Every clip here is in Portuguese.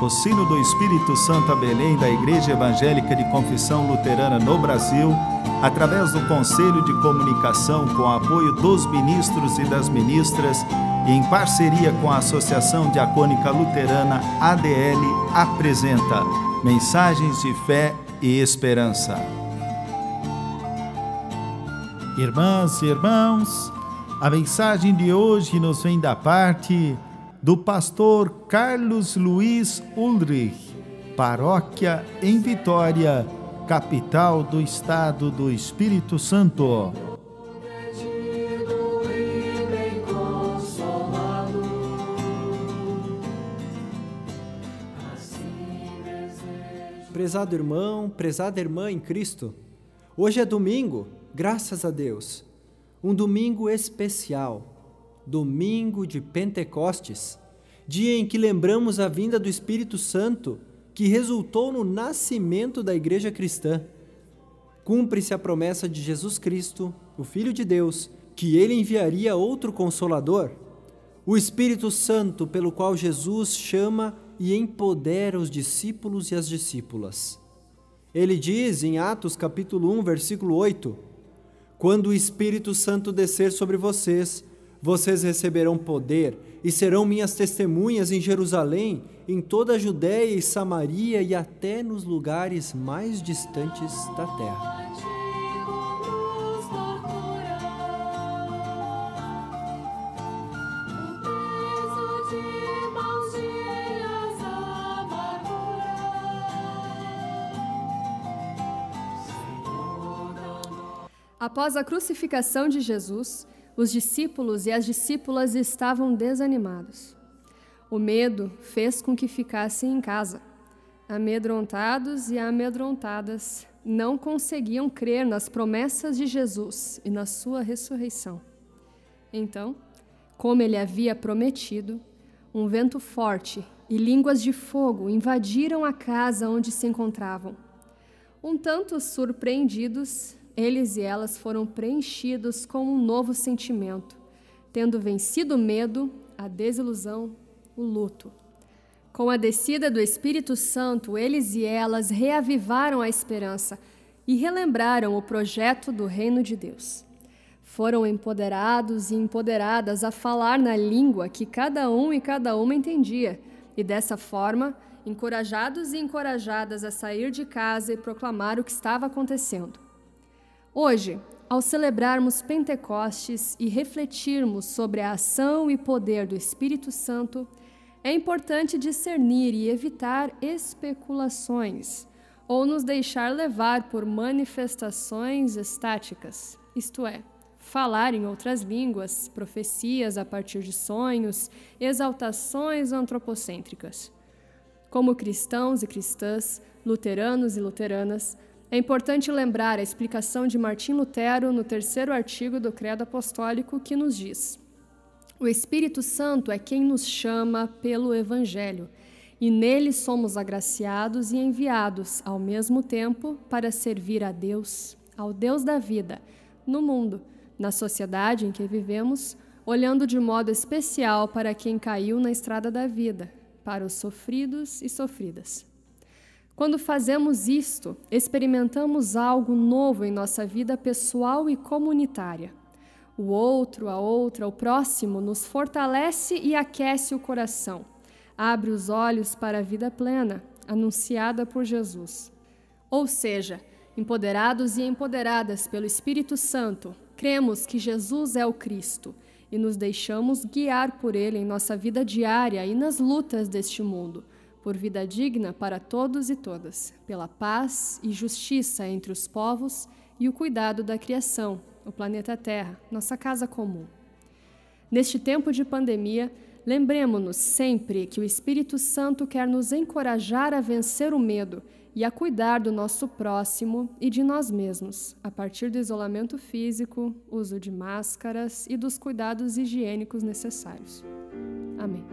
o sino do Espírito Santo a Belém da Igreja Evangélica de Confissão Luterana no Brasil, através do Conselho de Comunicação com o apoio dos ministros e das ministras e em parceria com a Associação Diacônica Luterana ADL, apresenta Mensagens de Fé e Esperança. Irmãs e irmãos, a mensagem de hoje nos vem da parte do pastor Carlos Luiz Ulrich, paróquia em Vitória, capital do estado do Espírito Santo. Prezado irmão, prezada irmã em Cristo, hoje é domingo, graças a Deus, um domingo especial, domingo de Pentecostes, dia em que lembramos a vinda do Espírito Santo, que resultou no nascimento da Igreja Cristã. Cumpre-se a promessa de Jesus Cristo, o Filho de Deus, que ele enviaria outro Consolador, o Espírito Santo, pelo qual Jesus chama e empodera os discípulos e as discípulas. Ele diz em Atos capítulo 1, versículo 8, quando o Espírito Santo descer sobre vocês, vocês receberão poder e serão minhas testemunhas em Jerusalém, em toda a Judéia e Samaria e até nos lugares mais distantes da terra. Após a crucificação de Jesus, os discípulos e as discípulas estavam desanimados. O medo fez com que ficassem em casa. Amedrontados e amedrontadas, não conseguiam crer nas promessas de Jesus e na sua ressurreição. Então, como ele havia prometido, um vento forte e línguas de fogo invadiram a casa onde se encontravam. Um tanto surpreendidos, eles e elas foram preenchidos com um novo sentimento, tendo vencido o medo, a desilusão, o luto. Com a descida do Espírito Santo, eles e elas reavivaram a esperança e relembraram o projeto do Reino de Deus. Foram empoderados e empoderadas a falar na língua que cada um e cada uma entendia, e dessa forma, encorajados e encorajadas a sair de casa e proclamar o que estava acontecendo. Hoje, ao celebrarmos Pentecostes e refletirmos sobre a ação e poder do Espírito Santo, é importante discernir e evitar especulações ou nos deixar levar por manifestações estáticas, isto é, falar em outras línguas, profecias a partir de sonhos, exaltações antropocêntricas. Como cristãos e cristãs, luteranos e luteranas, é importante lembrar a explicação de Martim Lutero no 3º artigo do Credo Apostólico, que nos diz: o Espírito Santo é quem nos chama pelo Evangelho, e nele somos agraciados e enviados, ao mesmo tempo, para servir a Deus, ao Deus da vida, no mundo, na sociedade em que vivemos, olhando de modo especial para quem caiu na estrada da vida, para os sofridos e sofridas. Quando fazemos isto, experimentamos algo novo em nossa vida pessoal e comunitária. O outro, a outra, o próximo nos fortalece e aquece o coração, abre os olhos para a vida plena, anunciada por Jesus. Ou seja, empoderados e empoderadas pelo Espírito Santo, cremos que Jesus é o Cristo e nos deixamos guiar por Ele em nossa vida diária e nas lutas deste mundo, por vida digna para todos e todas, pela paz e justiça entre os povos e o cuidado da criação, o planeta Terra, nossa casa comum. Neste tempo de pandemia, lembremo-nos sempre que o Espírito Santo quer nos encorajar a vencer o medo e a cuidar do nosso próximo e de nós mesmos, a partir do isolamento físico, uso de máscaras e dos cuidados higiênicos necessários. Amém.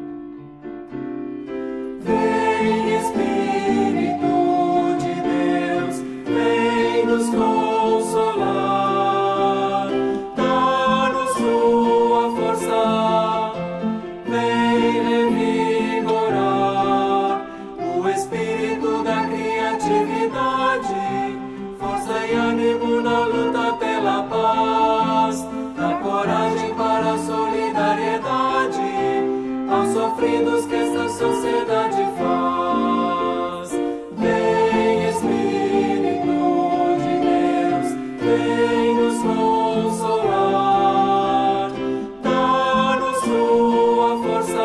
Vem Espírito de Deus, vem nos consolar, dá-nos tua força, vem revigorar sofridos que esta sociedade faz. Vem, Espírito de Deus, vem nos consolar, dá-nos tua força,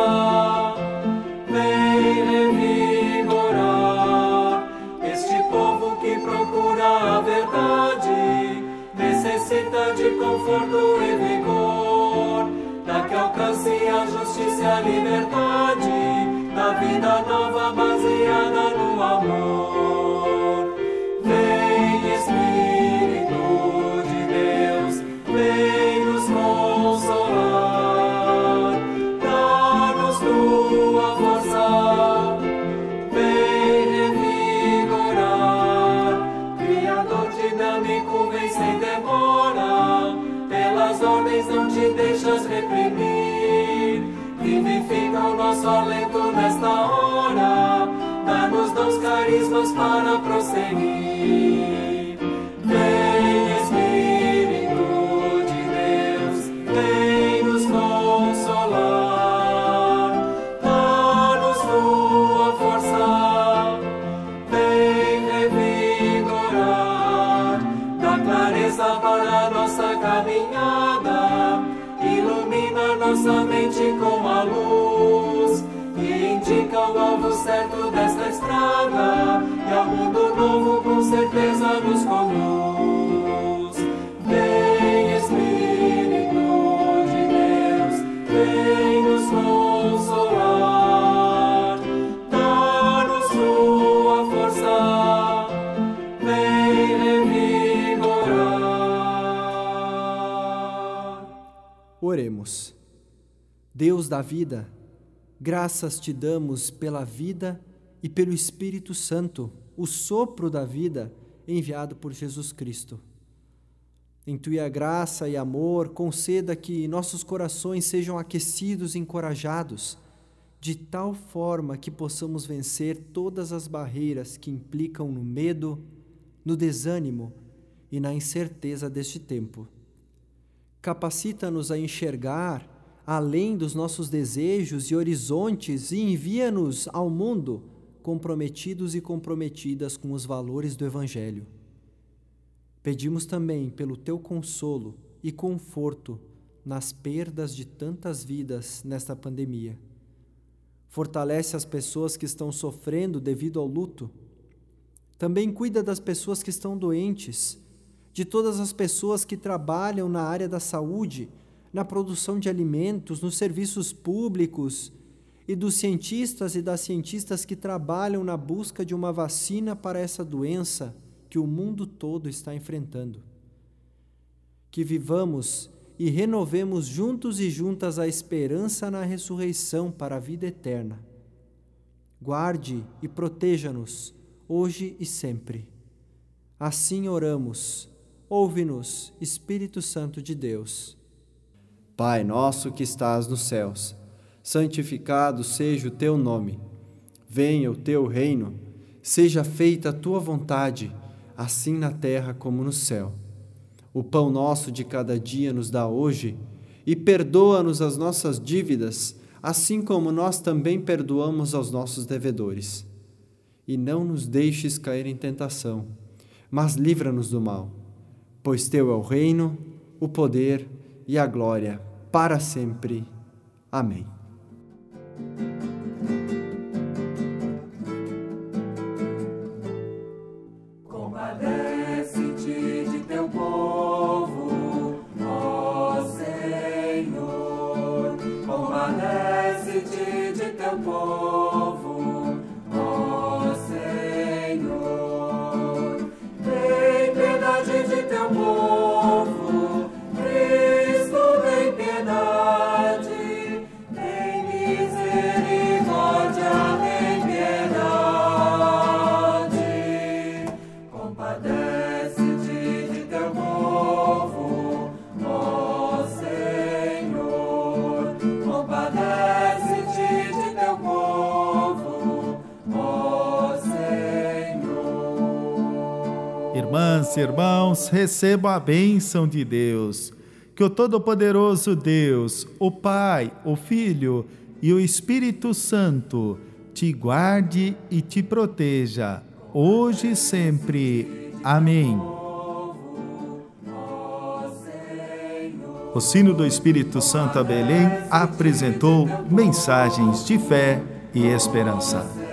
vem revigorar este povo que procura a verdade, necessita de conforto e vigor, da que alcance a justiça e a liberdade, da vida nova baseada no amor. Vem, Espírito de Deus, vem nos consolar, dá-nos tua força, vem revigorar. Criador dinâmico, vem sem demora, pelas ordens não te deixas reprimir. Vivifica o nosso alento nesta hora, dá-nos dons carismas para prosseguir. Vem, Espírito de Deus, vem nos consolar, dá-nos tua força, vem revigorar, dá clareza para a nossa caminhada, ilumina nossa mente com a luz e indica o alvo certo desta estrada, e ao mundo novo com certeza nos conduz. Vem, Espírito de Deus, vem nos consolar, dá-nos tua força, vem revigorar. Oremos. Deus da vida, graças te damos pela vida e pelo Espírito Santo, o sopro da vida enviado por Jesus Cristo. Em tua graça e amor, conceda que nossos corações sejam aquecidos e encorajados, de tal forma que possamos vencer todas as barreiras que implicam no medo, no desânimo e na incerteza deste tempo. Capacita-nos a enxergar além dos nossos desejos e horizontes e envia-nos ao mundo comprometidos e comprometidas com os valores do Evangelho. Pedimos também pelo teu consolo e conforto nas perdas de tantas vidas nesta pandemia. Fortalece as pessoas que estão sofrendo devido ao luto. Também cuida das pessoas que estão doentes, de todas as pessoas que trabalham na área da saúde, na produção de alimentos, nos serviços públicos, e dos cientistas e das cientistas que trabalham na busca de uma vacina para essa doença que o mundo todo está enfrentando. Que vivamos e renovemos juntos e juntas a esperança na ressurreição para a vida eterna. Guarde e proteja-nos, hoje e sempre. Assim oramos. Ouve-nos, Espírito Santo de Deus. Pai nosso que estás nos céus, santificado seja o teu nome. Venha o teu reino, seja feita a tua vontade, assim na terra como no céu. O pão nosso de cada dia nos dá hoje, e perdoa-nos as nossas dívidas, assim como nós também perdoamos aos nossos devedores. E não nos deixes cair em tentação, mas livra-nos do mal. Pois teu é o reino, o poder e a glória, para sempre. Amém. Compadece-te de teu povo, ó Senhor. Compadece-te de teu povo, ó Senhor. Tem piedade de teu povo, Cristo, tem piedade. Tem misericórdia, tem piedade. Compadece-te de teu povo, ó Senhor. Compadece-te de teu povo, ó Senhor. Irmãs e irmãos, recebam a bênção de Deus. Que o Todo-Poderoso Deus, o Pai, o Filho e o Espírito Santo te guarde e te proteja, hoje e sempre. Amém. O Sino do Espírito Santo a Belém apresentou mensagens de fé e esperança.